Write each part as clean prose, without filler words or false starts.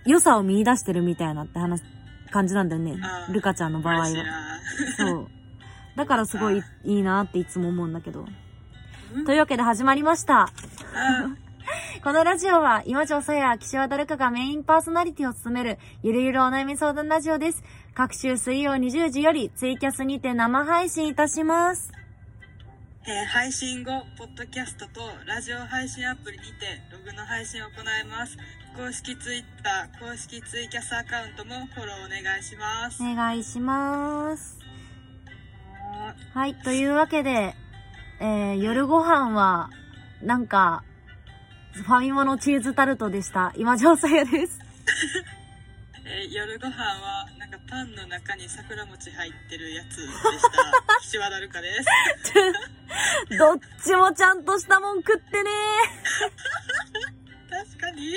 良さを見出してるみたいなって感じなんだよね。ルカちゃんの場合は。そう。だからすごいいいなっていつも思うんだけど。というわけで始まりました。このラジオは、今城さや岸和誰かがメインパーソナリティを務める、ゆるゆるお悩み相談ラジオです。各週水曜20時よりツイキャスにて生配信いたします。 配信後、ポッドキャストとラジオ配信アプリにてログの配信を行います。公式ツイッター、公式ツイキャスアカウントもフォローお願いします。 お願いします。はい、というわけで、夜ご飯は、なんか、ファミマのチーズタルトでした。今城さやです。 夜ご飯は、なんかパンの中に桜餅入ってるやつでした。岸和田るかです。 どっちもちゃんとしたもん食ってね確かに。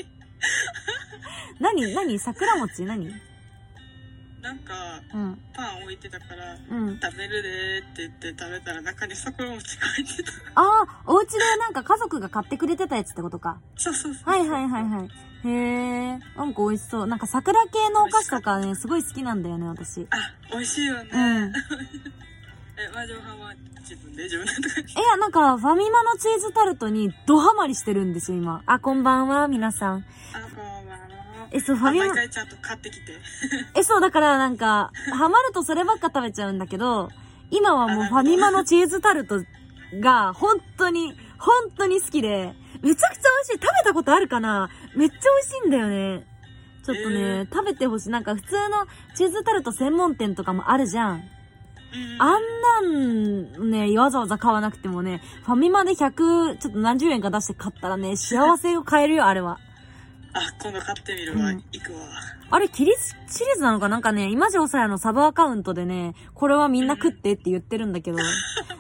何桜餅何なんか、 うん、 パン置いてたから、 うん、 食べるでーって言って食べたら中に桜餅が入ってた。 ああ、お家でなんか家族が買ってくれてたやつってことか。 そう。 はいはいはいはい。へえ、なんか美味しそう。なんか桜系のお菓子とかね、すごい好きなんだよね、私。 あ、美味しいよね。 うん。 和上飯は自分でとか。 いや、なんか、ファミマのチーズタルトにドハマりしてるんですよ、今。あ、こんばんは、皆さん。 あ、こんばんは。 そう、ファミマ。 毎回ちゃんと買ってきて。 そう、だからなんか、ハマるとそればっか食べちゃうんだけど、今はもうファミマのチーズタルトが、本当に好きで、めちゃくちゃ美味しい。食べたことあるかな？めっちゃ美味しいんだよね。ちょっとね、食べてほしい。なんか普通のチーズタルト専門店とかもあるじゃん。あんなんね、わざわざ買わなくてもね、ファミマで100、ちょっと何十円か出して買ったらね、幸せを買えるよ、あれは。 あ、今度買ってみるわ。行くわ。あれ、キリシリーズなのかなんかね、今城さやのサブアカウントでね、これはみんな食ってって言ってるんだけど。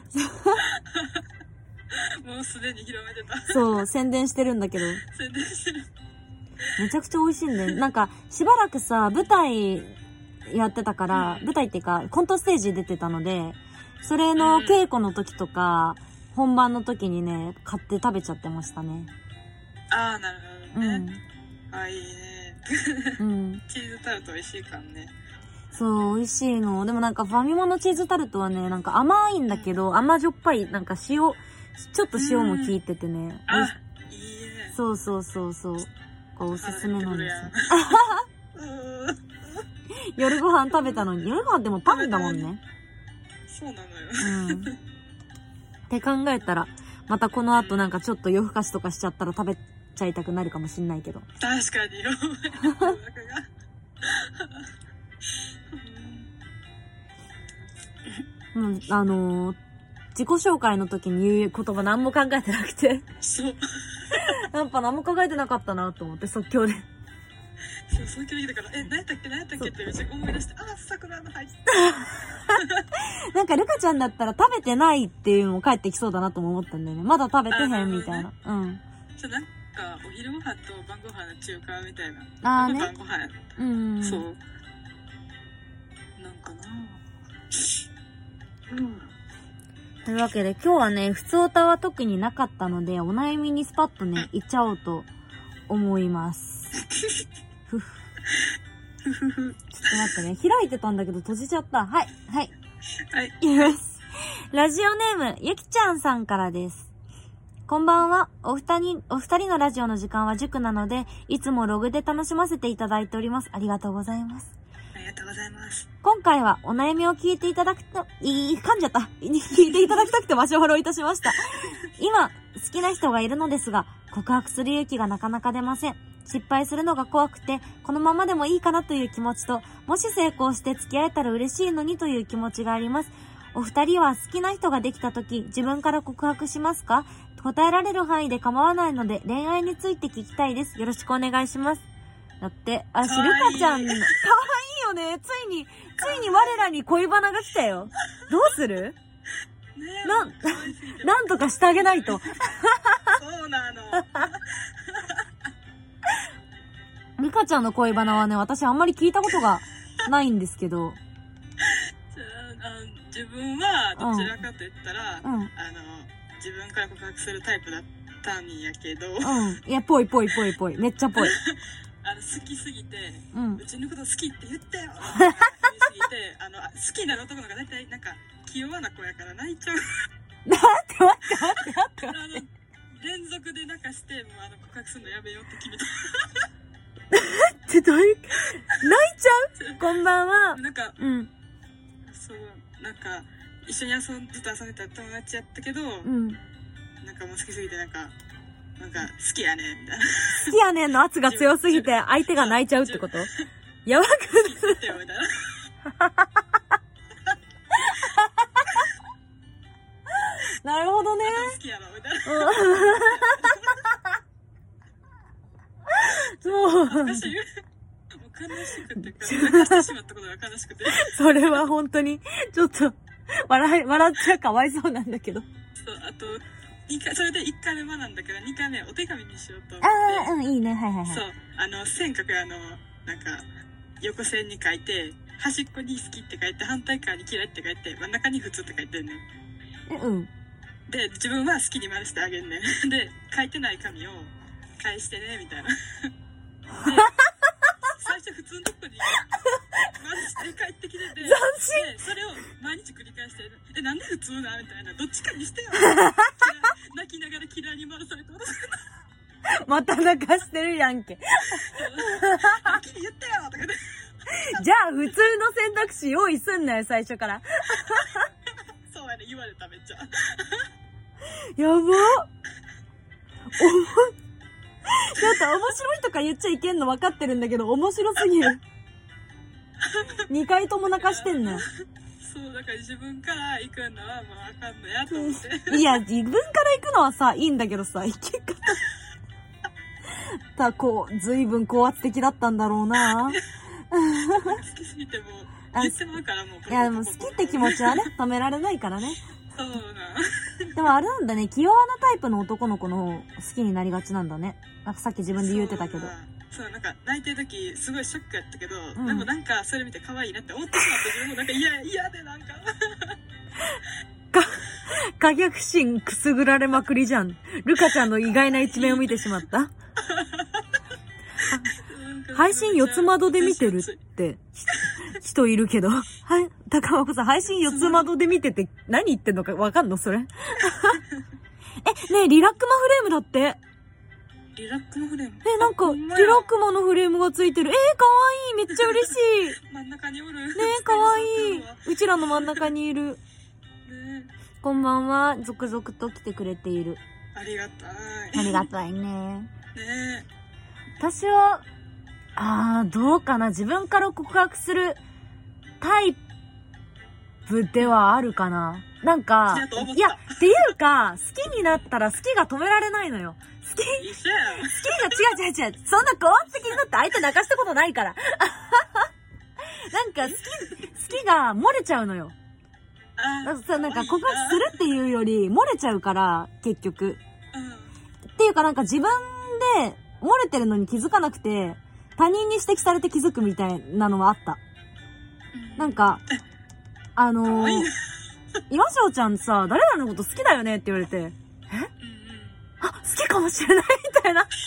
もうすでに広めてた。 そう、宣伝してるんだけど。 宣伝してる。 めちゃくちゃ美味しいんだよ。なんか、しばらくさ、舞台やってたから、舞台っていうか、コントステージ出てたので、それの稽古の時とか、本番の時にね、買って食べちゃってましたね。 ああ、なるほどね。あ、いいね。 うん。 チーズタルト美味しいからね。 そう、美味しいの。でもなんかファミマのチーズタルトはね、なんか甘いんだけど、甘じょっぱい、なんかちょっと塩も効いててね。 あ、いいね。 そう。おすすめなんですよ。夜ご飯食べたのに、夜ご飯でもパンだもんね。 そうなのよ。 って考えたら、またこの後なんかちょっと夜更かしとかしちゃったら食べちゃいたくなるかもしんないけど。 確かに、 自己紹介の時に言う言葉何も考えてなくて。 そう。 やっぱ何も考えてなかったなと思って即興で。 そう、即興でだから、何やったっけってめっちゃ思い出して、桜の入ってなんかルカちゃんだったら食べてないっていうのも帰ってきそうだなとも思ったんだよね。まだ食べてへんみたいな。うん。 なんか、お昼ご飯と晩ご飯の中華みたいな。 ああね。 晩ご飯。 うん。 そう。なんかなというわけで今日はね、普通歌は特になかったので、お悩みにスパッとね、行っちゃおうと思います。ふふ。ちょっと待ってね、開いてたんだけど閉じちゃった。はい。よし。ラジオネーム、ゆきちゃんさんからです。こんばんは。お二人のラジオの時間は塾なので、いつもログで楽しませていただいております。ありがとうございます。 ありがとうございます。 今回はお悩みを聞いていただくと、聞いていただきたくて場所フォローいたしました。今、好きな人がいるのですが、告白する勇気がなかなか出ません。失敗するのが怖くて、このままでもいいかなという気持ちと、もし成功して付き合えたら嬉しいのにという気持ちがあります。お二人は好きな人ができたとき、自分から告白しますか？答えられる範囲で構わないので、恋愛について聞きたいです。よろしくお願いします。だって、ルカちゃん、かわいいよね。ついに我らに恋バナが来たよ。どうする？なんとかしてあげないと。 そうなの。 ルカちゃんの恋バナはね、私あんまり聞いたことがないんですけど。 自分はどちらかと言ったら、自分から告白するタイプだったんやけど。 いや、ぽい。めっちゃぽい。 好きすぎて、 うんうちのこと好きって言ってよって言いすぎて、好きになる男の子が大体なんか気弱な子やから泣いちゃう。 待って連続で泣かして、もう告白するのやめようって決めた。 ってどういう、泣いちゃうこんばんは。 なんか、 うん。 そう、なんか、一緒にずっと遊んでた友達やったけど、 うん。 なんかもう好きすぎてなんか好きやねんみたいな。 好きやねんの圧が強すぎて相手が泣いちゃうってことやばく好きってよみたいな。 なるほどね。 好きやろみたいな。 そう。 悲しくて、泣かしてしまったことが悲しくて。 それは本当に、ちょっと、笑っちゃかわいそうなんだけど。 そう、あと、それで1回目なんだけど、2回目お手紙にしようと思って。 ああ、うん、いいね。はいはいはい。 そう、線書くなんか、横線に書いて、端っこに好きって書いて、反対側に嫌いって書いて、真ん中に普通って書いてんねん。 うん。 で、自分は好きに丸してあげんねん。で、書いてない紙を返してね、みたいな。で、最初普通のとこに丸して帰ってきてて、 斬新。 で、それを毎日繰り返してる。なんで普通なみたいな。どっちかにしてよ。泣きながら嫌いに丸されて渡す。 また泣かしてるやんけ。 はっきり言ってよとかね。 じゃあ、普通の選択肢用意すんなよ、最初から。 そうやね、言われた、めっちゃ。 やばっ。ちょっと面白いとか言っちゃいけんの分かってるんだけど、面白すぎる。2回とも泣かしてんのよ。 そう、だから自分から行くのはもうあかんのやと思って。 いや、自分から行くのはさ、いいんだけどさ、行け方。随分高圧的だったんだろうな。 好きすぎてもう、言ってまうからもう。 いや、でも好きって気持ちはね、止められないからね。 そうな。 でもあれなんだね、気弱なタイプの男の子の方好きになりがちなんだね。なんかさっき自分で言ってたけど。 そう、なんか泣いてる時すごいショックやったけど、でもなんかそれ見て可愛いなって思ってしまって自分もなんか嫌でなんか。 可逆心くすぐられまくりじゃん。ルカちゃんの意外な一面を見てしまった。配信四つ窓で見てるって人いるけど。はい、高岡さん、配信四つ窓で見てて何言ってんのかわかんのそれ。ねえ、リラックマフレームだって。 リラックマフレーム？ なんか、リラックマのフレームがついてる。かわいい。めっちゃ嬉しい。 真ん中におる。 ねえ、かわいい。うちらの真ん中にいる。ね、こんばんは。続々と来てくれている。 ありがたい。 ありがたいね。 ねえ。 私は、どうかな。自分から告白するタイプではあるかな。なんか、いや、っていうか、好きになったら好きが止められないのよ。好きが違う。そんな高圧的になって相手泣かしたことないから。なんか好きが漏れちゃうのよ。なんか告白するっていうより漏れちゃうから、結局。っていうかなんか自分で漏れてるのに気づかなくて、他人に指摘されて気づくみたいなのはあった。なんか、岩翔ちゃんさ、誰々のこと好きだよねって言われて、好きかもしれないみたいな。好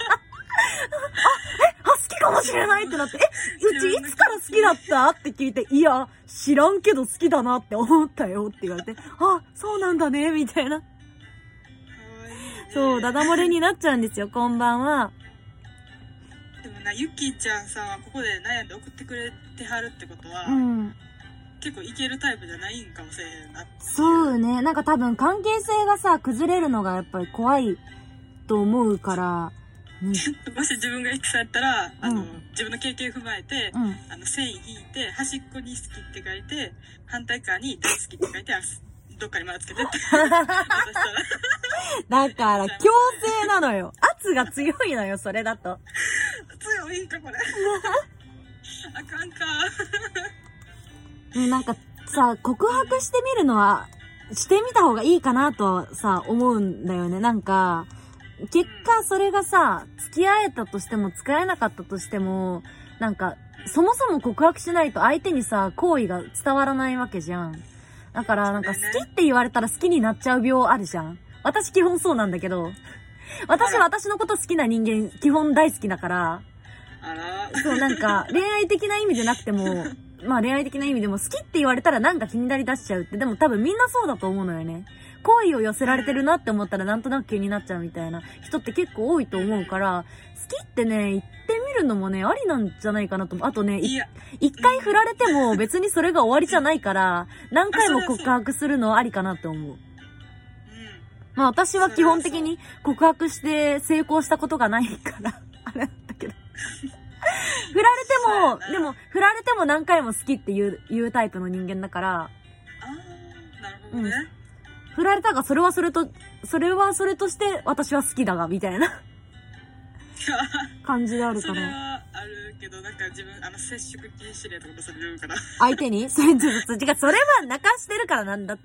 きかもしれないってなって、うちいつから好きだったって聞いて、いや、知らんけど好きだなって思ったよって言われて、そうなんだね、みたいな。そう、ダダ漏れになっちゃうんですよ、こんばんは。 でもな、ゆきちゃんさんはここで悩んで送ってくれてはるってことは、結構いけるタイプじゃないんかもしれへんな。 そうね。なんか多分関係性がさ、崩れるのがやっぱり怖いと思うから、 もし自分がエクされたら、自分の経験を踏まえて、線引いて、端っこに好きって書いて、反対側に大好きって書いて、どっかに丸つけてって。 だから、強制なのよ。圧が強いのよ、それだと。 強いんか、これ。あかんか。 なんかさ、告白してみるのは、してみた方がいいかなとさ、思うんだよね。なんか、結果それがさ、付き合えたとしても付き合えなかったとしても、なんか、そもそも告白しないと相手にさ、好意が伝わらないわけじゃん。だからなんか好きって言われたら好きになっちゃう病あるじゃん。私基本そうなんだけど、私のこと好きな人間基本大好きだから、 あら。 そうなんか恋愛的な意味でなくても、まあ恋愛的な意味でも好きって言われたらなんか気になり出しちゃうって、でも多分みんなそうだと思うのよね。好意を寄せられてるなって思ったらなんとなく気になっちゃうみたいな人って結構多いと思うから、好きってね、言ってみるのもね、ありなんじゃないかなと思う。あとね、一回振られても別にそれが終わりじゃないから、何回も告白するのありかなって思う。まあ私は基本的に告白して成功したことがないから、あれだったけど。振られても、でも振られても何回も好きって言うタイプの人間だから、 あー、なるほどね。 振られたが、それはそれとして私は好きだが、みたいな感じであるから。 それはあるけど、なんか自分、接触禁止令とかされるから。 相手にそれは泣かしてるからなんだって。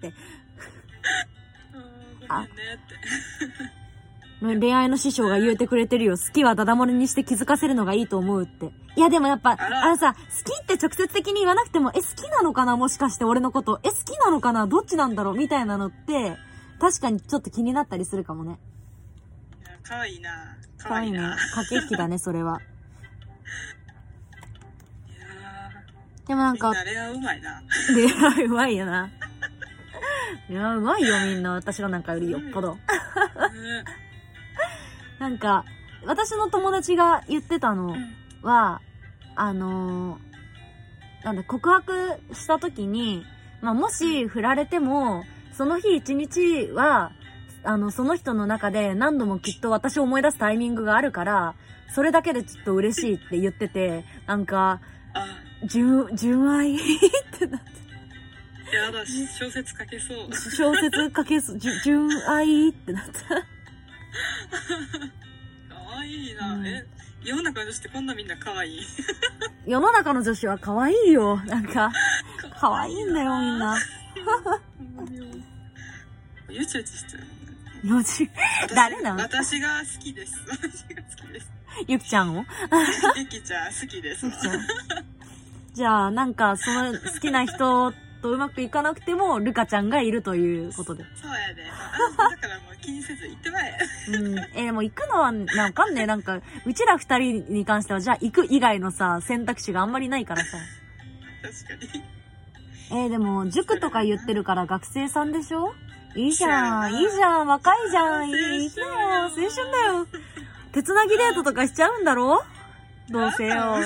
ごめんねって。 恋愛の師匠が言うてくれてるよ。好きはダダ漏れにして気づかせるのがいいと思うって。いやでもやっぱ、さ、好きって直接的に言わなくても、好きなのかなもしかして俺のこと。好きなのかなどっちなんだろうみたいなのって、確かにちょっと気になったりするかもね。 いや、かわいいな。 かわいいね。駆け引きだね、それは。 いやでもなんか、 みんな恋愛うまいな。 恋愛うまいよな。いや、うまいよみんな。私らなんかよりよっぽど。なんか、私の友達が言ってたのは、なんだ、告白した時に、まあ、もし振られても、その日一日は、その人の中で何度もきっと私を思い出すタイミングがあるから、それだけでちょっと嬉しいって言ってて、なんか、純愛ってなって。 やだ、小説書けそう。 小説書けそう。純愛ってなった。 かわいいな。世の中の女子ってこんなみんなかわいい。 世の中の女子は可愛いよ。なんか、可愛いんだよ、みんな。 ゆちゅうちしてる。 誰なの？ 私が好きです。私が好きです。 ゆきちゃんをゆきちゃん好きです。 じゃあ、なんか、その好きな人とうまくいかなくても、ルカちゃんがいるということで。 そうやで。だからもう気にせず行ってまえ。 でも行くのは、わかんねえ。なんか、うちら二人に関しては、じゃあ行く以外のさ、選択肢があんまりないからさ。 確かに。 でも、塾とか言ってるから学生さんでしょ？いいじゃん、いいじゃん、若いじゃん、いいじゃん、青春だよ。手つなぎデートとかしちゃうんだろ？どうせよ。 かわいいな。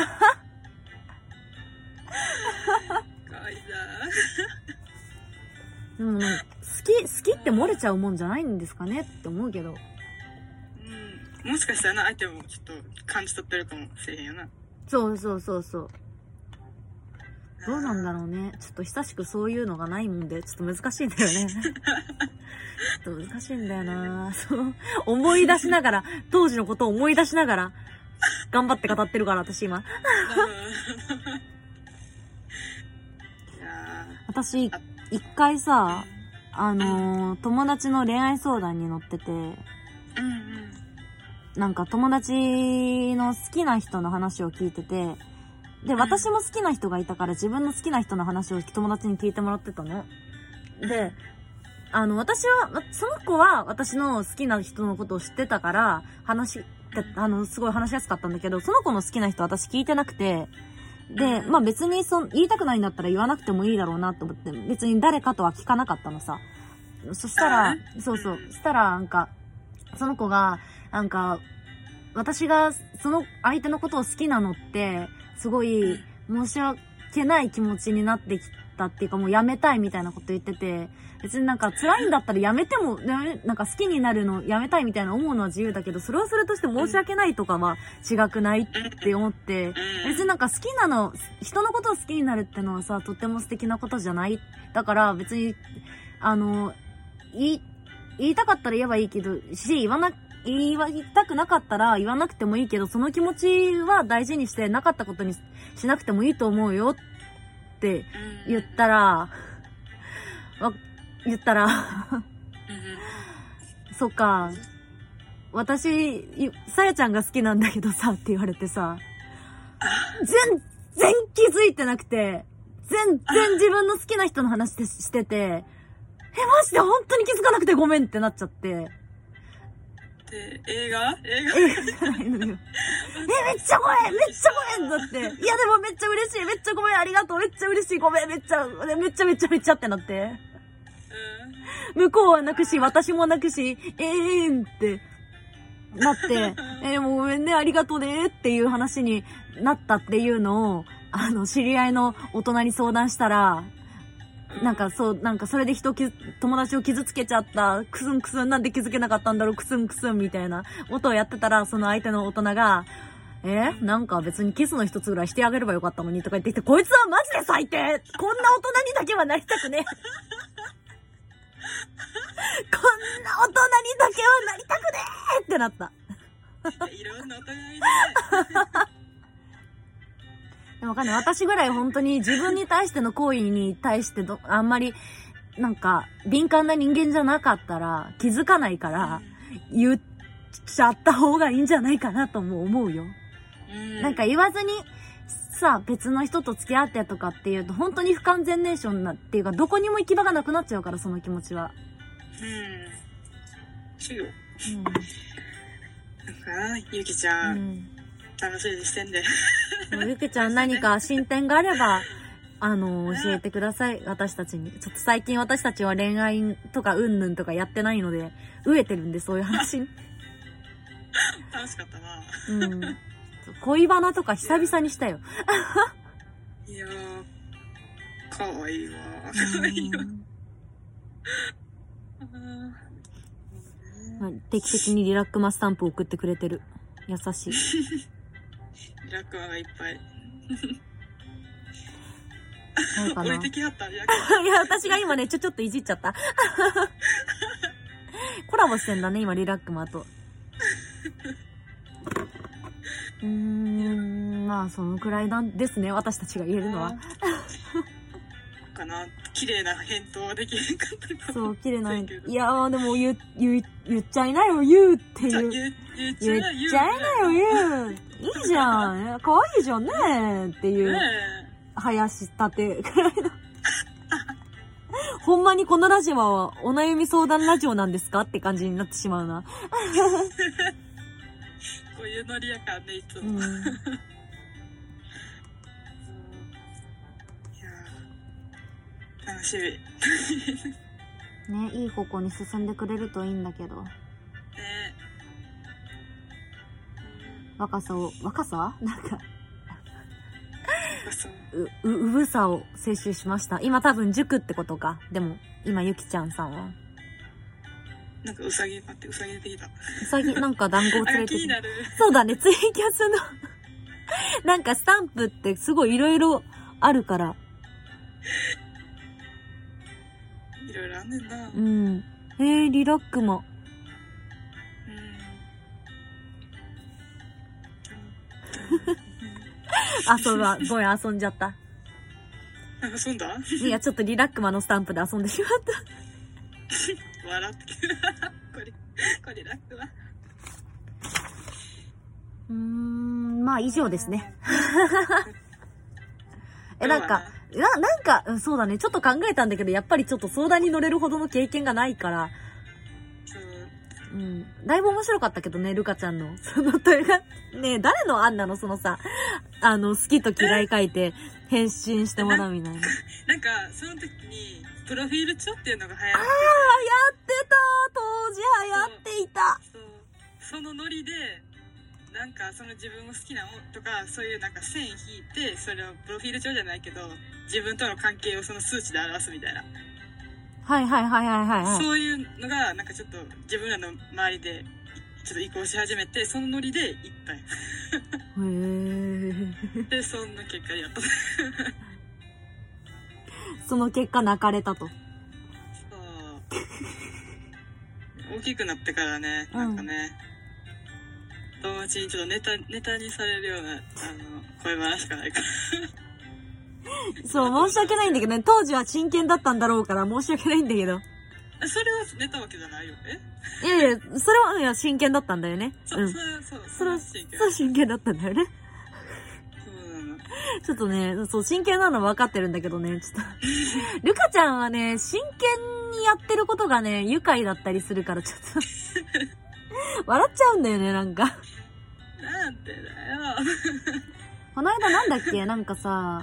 でも好きって漏れちゃうもんじゃないんですかねって思うけど。 もしかしたらな、相手もちょっと感じ取ってるかもしれへんよな。 そう。どうなんだろうね。ちょっと久しくそういうのがないもんで、ちょっと難しいんだよね。ちょっと難しいんだよな。思い出しながら、当時のことを思い出しながら、頑張って語ってるから、私今。私、一回さ、友達の恋愛相談に乗ってて、なんか友達の好きな人の話を聞いてて、で、私も好きな人がいたから自分の好きな人の話を友達に聞いてもらってたの。で、私は、その子は私の好きな人のことを知ってたから、すごい話しやすかったんだけど、その子の好きな人私聞いてなくて、で、まあ別に言いたくないんだったら言わなくてもいいだろうなと思って、別に誰かとは聞かなかったのさ。そしたら、そしたらなんか、その子が、なんか、私がその相手のことを好きなのって、すごい申し訳ない気持ちになってきたっていうか、もうやめたいみたいなこと言ってて、別になんか辛いんだったらやめても、なんか好きになるのやめたいみたいな思うのは自由だけど、それをするとして申し訳ないとかは違くないって思って、別になんか好きなの、人のことを好きになるってのはさ、とっても素敵なことじゃない？だから別に、言いたかったら言えばいいけど、言いたくなかったら言わなくてもいいけど、その気持ちは大事にしてなかったことにしなくてもいいと思うよって言ったら、そっか、私、さやちゃんが好きなんだけどさって言われてさ、全然気づいてなくて、全然自分の好きな人の話してて、マジで本当に気づかなくてごめんってなっちゃって。 で、映画がないのよ。めっちゃごめんめっちゃごめんだって。いやでもめっちゃ嬉しい。めっちゃごめんありがとう。めっちゃ嬉しい。ごめんめっちゃってなって。向こうは泣くし、私も泣くし、ってなって、もうごめんね、ありがとうねっていう話になったっていうのを、知り合いの大人に相談したら、なんかそれで友達を傷つけちゃった、クスンクスンなんで気づけなかったんだろう、クスンクスンみたいな音をやってたら、その相手の大人が、なんか別にキスの一つぐらいしてあげればよかったのにとか言ってきて、こいつはマジで最低こんな大人にだけはなりたくねこんな大人にだけはなりたくねってなった。 いろんな大人がいるね。 でもわかんない。私ぐらい本当に自分に対しての行為に対してあんまり、なんか、敏感な人間じゃなかったら、気づかないから、言っちゃった方がいいんじゃないかなとも思うよ。なんか言わずに、さ、別の人と付き合ってとかっていうと、本当に不完全燃焼なっていうか、どこにも行き場がなくなっちゃうから、その気持ちは。 そうよ。なんか、ゆきちゃん、楽しみにしてんで。 ゆきちゃん何か進展があれば、教えてください。私たちに。ちょっと最近私たちは恋愛とかうんぬんとかやってないので、飢えてるんで、そういう話に。 楽しかったな。 恋バナとか久々にしたよ。 いやー、かわいいわ。かわいいわ。 定期的にリラックマスタンプを送ってくれてる。優しい。 リラックマがいっぱい。 ないかな。 置いてきはったリラックマ。 いや、私が今ね、ちょっといじっちゃった。コラボしてんだね、今、リラックマと。まあ、そのくらいなんですね、私たちが言えるのは。 かな、綺麗な返答はできへんかったか。 そう、綺麗な返答。いやー、でも言っちゃいなよ、言うっていう。言っちゃいなよ、言う。いいじゃん。可愛いじゃんねっていう。林立てくらいの。ほんまにこのラジオはお悩み相談ラジオなんですかって感じになってしまうな。 こういうノリやからね、いつも。いや楽しみ。 ね、いい方向に進んでくれるといいんだけど。ね。若さなんか。うぶさを摂取しました。今多分塾ってことか。でも、今ゆきちゃんさんは。 なんかうさぎ出てきた。 うさぎ、なんか団子を連れてきた。 気になる。 そうだね、ツイキャスの。なんかスタンプってすごいいろいろあるから。 いろいろあんねんな。 うん。リラックマ。そうだ、ごめん、遊んじゃった。 遊んだ？ いや、ちょっとリラックマのスタンプで遊んでしまった。 笑ってきる。これリラックマ。 まあ以上ですね。なんか、そうだね、ちょっと考えたんだけど、やっぱりちょっと相談に乗れるほどの経験がないから、だいぶ面白かったけどね、ルカちゃんの。その問いが、ね誰の案なのそのさ、好きと嫌い書いて、返信してもらうみたいな。 なんか、その時に、プロフィール帳っていうのが流行ってて。 やってた当時流行っていたそのノリで、なんかその自分を好きなとか、そういうなんか線引いて、それをプロフィール帳じゃないけど、自分との関係をその数値で表すみたいな。 はい。 そういうのが、なんかちょっと自分らの周りで、ちょっと移行し始めて、そのノリでいっぱい。で、そんな結果やった。 その結果泣かれたと。 そう。大きくなってからね、なんかね、友達にちょっとネタにされるような、恋話しかないから。 そう、申し訳ないんだけどね。当時は真剣だったんだろうから申し訳ないんだけど。 それはネタわけじゃないよ。 いや、それは、真剣だったんだよね。 それは真剣だったんだよね。ちょっとね、そう、真剣なの分かってるんだけどね、ちょっと。ルカちゃんはね、真剣にやってることがね、愉快だったりするから、ちょっと。 笑っちゃうんだよね、なんか。 なんでだよ。 この間なんだっけ、なんかさ、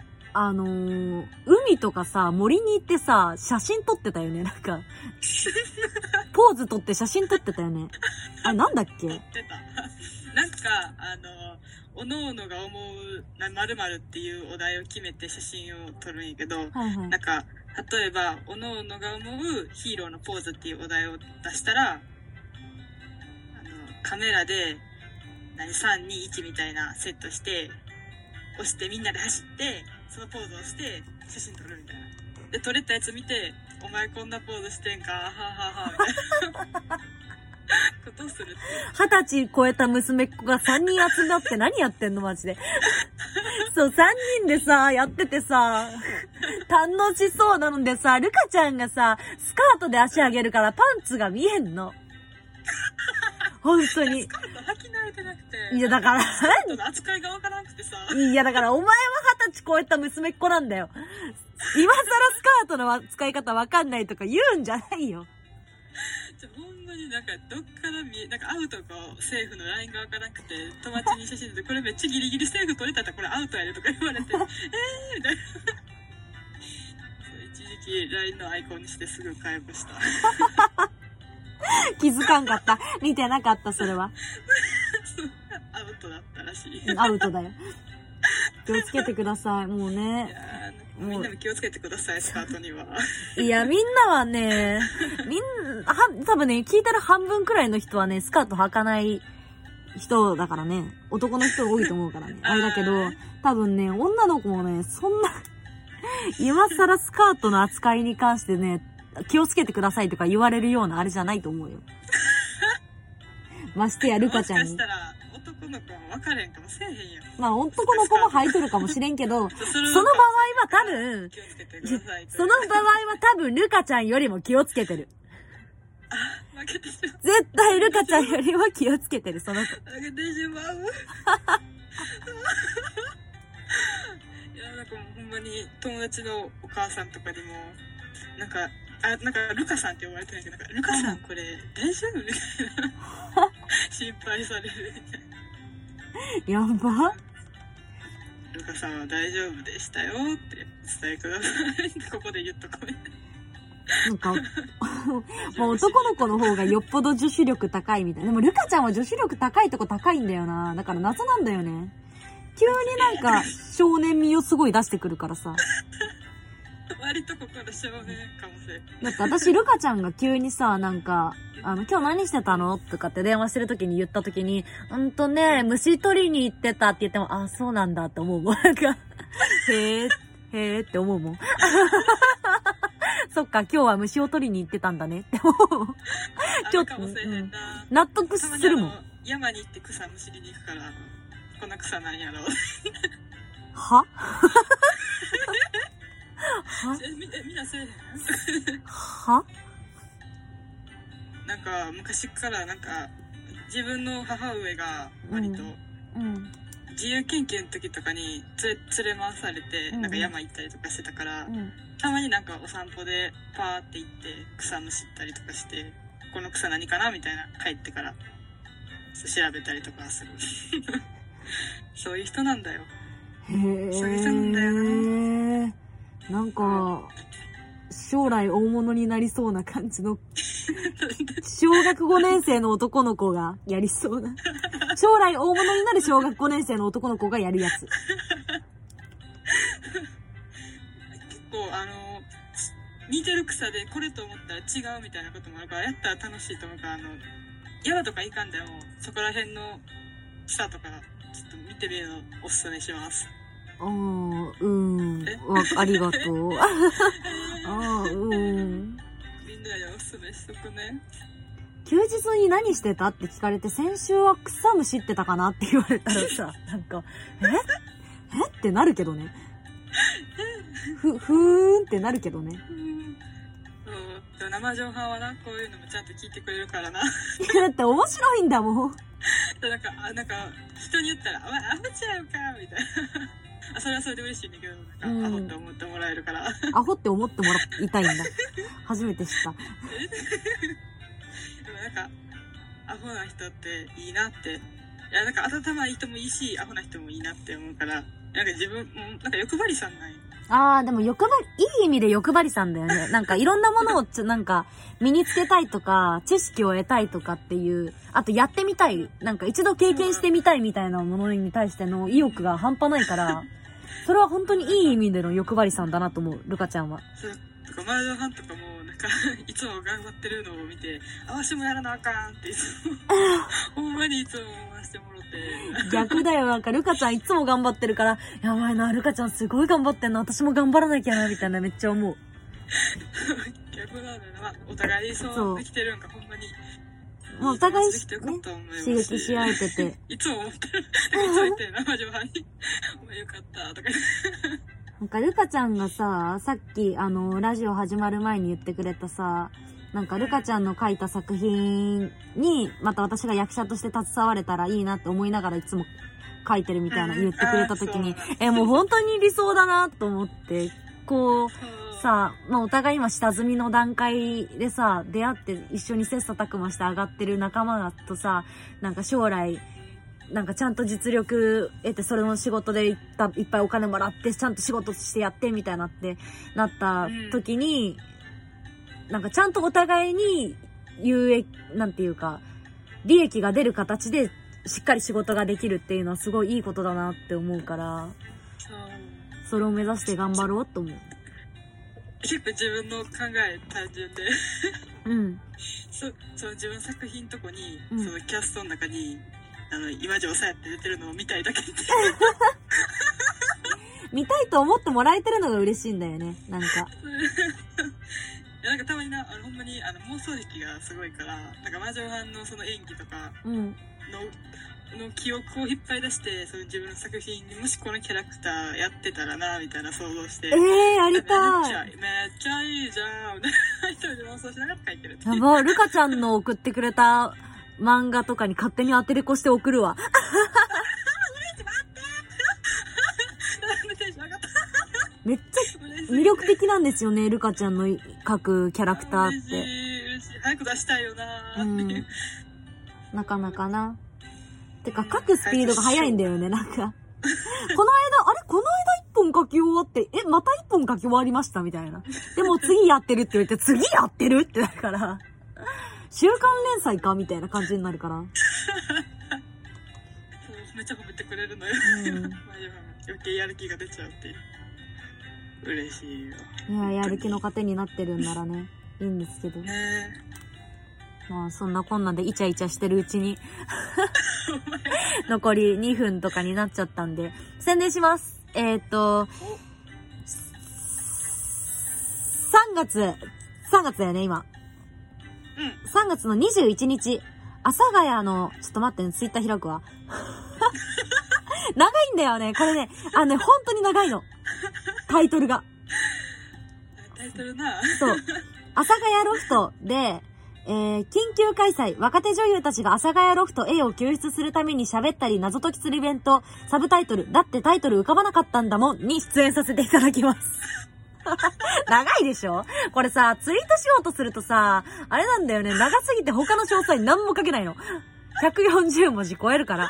海とかさ、森に行ってさ、写真撮ってたよね、なんか。ポーズ撮って写真撮ってたよね。あれなんだっけ？ 撮ってた。なんか、おのおのが思う〇〇っていうお題を決めて写真を撮るんやけど、 はいはい。 なんか、例えば、おのおのが思うヒーローのポーズっていうお題を出したら、カメラで、3、2、1みたいなセットして、押してみんなで走って、そのポーズをして写真撮るみたいな。で、撮れたやつ見て、お前こんなポーズしてんか、はははみたいなことをするっていう。 20歳超えた娘っ子が3人集まって何やってんのマジで。そう、3人でさ、やっててさ、楽しそうなのでさ、ルカちゃんがさ、スカートで足上げるからパンツが見えんの。本当に。 スカート履き慣れてなくて。 いやだから、 スカートの扱いがわからなくてさ。 いやだからお前は20歳超えた娘っ子なんだよ。今更スカートの使い方わかんないとか言うんじゃないよ。 ほんまになんかどっからなんかアウトかセーフのラインがわからなくて、友達に写真でこれめっちゃギリギリセーフ撮れたらこれアウトやでとか言われて、みたいな。一時期 LINE のアイコンにしてすぐ解放した。 気づかんかった。見てなかった、それは。 アウトだったらしい。 アウトだよ。気をつけてください、もうね。 みんなも気をつけてください、スカートには。 いや、みんなはね、多分ね、聞いてる半分くらいの人はね、スカート履かない人だからね、男の人多いと思うからね。あれだけど、多分ね、女の子もね、そんな、今更スカートの扱いに関してね、気をつけてくださいとか言われるようなあれじゃないと思うよ。ましてやルカちゃんに。 もしかしたら男の子も分かれんかもせえへんよ。 まあ男の子も履いとるかもしれんけど、その場合は多分、 気をつけてください。 その場合は多分ルカちゃんよりも気をつけてる。 あ、負けてしまう。 絶対ルカちゃんよりも気をつけてる、その子。 負けてしまう。いや、なんかもうほんまに友達のお母さんとかにも、なんかルカさんって呼ばれてるんやけど、ルカさんこれ大丈夫みたいな。心配されるみたいな。 やば。 ルカさんは大丈夫でしたよって伝えくださいってここで言っとこめ。 なんか、もう男の子の方がよっぽど女子力高いみたいな。でもルカちゃんは女子力高いとこ高いんだよな。だから謎なんだよね。急になんか少年味をすごい出してくるからさ。 割とここで少年かもしれん。 だって私ルカちゃんが急にさ、なんか、今日何してたのとかって電話してる時に言った時に、虫取りに行ってたって言っても、あ、そうなんだって思うもん。なんか、へーって思うもん。そっか、今日は虫を取りに行ってたんだねって思う。ちょっと、納得するもん。 山に行って草むしりに行くから、こんな草なんやろ。 はみんなせえへん。 はなんか昔からなんか自分の母上が割と自由研究の時とかに連れ回されてなんか山行ったりとかしてたから、たまになんかお散歩でパーって行って草むしったりとかして、この草何かなみたいな帰ってから調べたりとかする。そういう人なんだよ。 へー。 そういう人なんだよね。 なんか、将来大物になりそうな感じの、小学5年生の男の子がやりそうな。将来大物になる小学5年生の男の子がやるやつ。 結構似てる草でこれと思ったら違うみたいなこともあるから、やったら楽しいと思うから、山とか行かんでもそこら辺の草とかちょっと見てみるのおすすめします。 ありがとう。 みんなにおすすめしとくね。 休日に何してたって聞かれて、先週は草むしってたかなって言われたらさ、なんか、えってなるけどね。ふーんってなるけどね。 でも生情報はな、こういうのもちゃんと聞いてくれるからな。 だって面白いんだもん。 なんか人に言ったら、お前アホちゃうかみたいな。それはそれで嬉しいんだけど、なんかアホって思ってもらえるから。 アホって思ってもらいたいんだ。初めて知った。 でもなんか、 アホな人っていいなって。いや、なんか頭いい人もいいし、アホな人もいいなって思うから、なんか自分、なんか欲張りさんない。 あー、でもいい意味で欲張りさんだよね。なんかいろんなものをなんか身につけたいとか、知識を得たいとかっていう、あとやってみたい、なんか一度経験してみたいみたいなものに対しての意欲が半端ないから、それは本当にいい意味での欲張りさんだなと思う、ルカちゃんは。 そう、とか、マージャンファンとかも、なんか、いつも頑張ってるのを見て、あわしもやらなあかんっていつも、ほんまにいつも思わせてもろて。 逆だよ、なんかルカちゃんいつも頑張ってるから、やばいな、ルカちゃんすごい頑張ってんな、私も頑張らなきゃな、みたいなめっちゃ思う。 逆なんだよな、お互いそうできてるんか、ほんまに。 もうお互いね、刺激し合えてて。 いつも思ってる。いつも言ってるな、マジマジ。お前よかった、とか。 なんかルカちゃんがさ、さっきラジオ始まる前に言ってくれたさ、なんかルカちゃんの書いた作品に、また私が役者として携われたらいいなって思いながらいつも書いてるみたいな言ってくれた時に、もう本当に理想だなと思って、こう、さ、まあお互い今下積みの段階でさ、出会って一緒に切磋琢磨して上がってる仲間とさ、なんか将来、なんかちゃんと実力得て、それの仕事でいっぱいお金もらって、ちゃんと仕事してやって、みたいなってなった時に、なんかちゃんとお互いになんていうか、利益が出る形でしっかり仕事ができるっていうのはすごいいいことだなって思うから、それを目指して頑張ろうと思う。 結構自分の考え単純でうん。 そう自分の作品のとこに、そのキャストの中に、今城さやって出てるのを見たいだけって見たいと思ってもらえてるのが嬉しいんだよね、なんか。 なんかたまにな、ほんまに妄想力がすごいから、なんか魔女班のその演技とかの記憶を引っ張り出して、その自分の作品にもしこのキャラクターやってたらな、みたいな想像して。 やりたい。めっちゃいいじゃん。一人で妄想しながら書いてる。 やば、ルカちゃんの送ってくれた漫画とかに勝手に当てれこして送るわ。めっちゃ魅力的なんですよね、ルカちゃんの描くキャラクターって。 嬉しい。早く出したいよなーっていう。 なかなかな。てか、書くスピードが速いんだよね、なんか。この間一本書き終わって、また一本書き終わりましたみたいな。でも次やってるって言って、次やってるってなるから、週刊連載かみたいな感じになるから。 めっちゃ褒めてくれるのよ。余計やる気が出ちゃうっていう。嬉しいよ。 いや、やる気の糧になってるんならね、いいんですけど。まあ、そんなこんなでイチャイチャしてるうちに、残り2分とかになっちゃったんで、宣伝します。3月だよね、今。3月の21日、阿佐ヶ谷の、ちょっと待ってね、ツイッター開くわ。長いんだよね、これね。本当に長いの。タイトルが。 タイトルな。 そう。阿佐ヶ谷ロフトで、緊急開催、若手女優たちが阿佐ヶ谷ロフト A を救出するために喋ったり謎解きするイベント、サブタイトル、だってタイトル浮かばなかったんだもんに出演させていただきます。長いでしょこれさ、ツイートしようとするとさ、あれなんだよね、長すぎて他の詳細何も書けないの。140文字超えるから。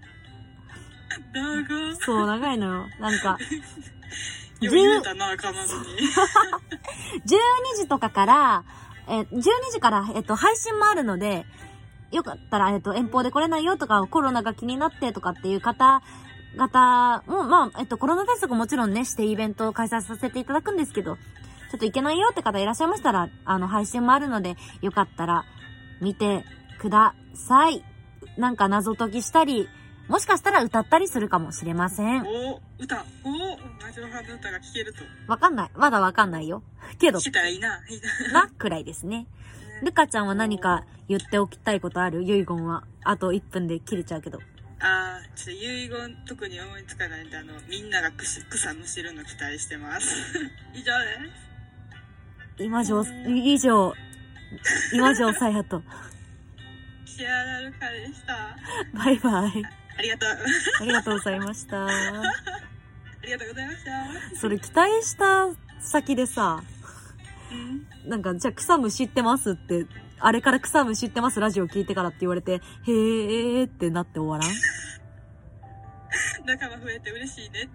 そう、長いのよ。なんか。 言うたな、かまずに。 12時とかから、12時から、配信もあるので、よかったら、遠方で来れないよとか、コロナが気になってとかっていう方々も、まあ、コロナ対策もちろんね、してイベントを開催させていただくんですけど、ちょっと行けないよって方いらっしゃいましたら、配信もあるので、よかったら、見てください。なんか謎解きしたり、もしかしたら歌ったりするかもしれません。 魔女派の歌が聴けると。 わかんない。まだわかんないよ。けど。 聴けたらいいな。 な、くらいですね。ルカちゃんは何か言っておきたいことある？遺言は。あと1分で切れちゃうけど。 ちょっと遺言特に思いつかないんで、みんなが草むしるの期待してます。以上です。今城さやと。 シアラルカでした。 バイバイ。 ありがとう。 ありがとうございました。 ありがとうございました。 それ期待した先でさ、なんか、じゃあ草むしってますってあれから草む知ってますラジオ聞いてからって言われて、へーってなって終わらん？ 仲間増えて嬉しいね。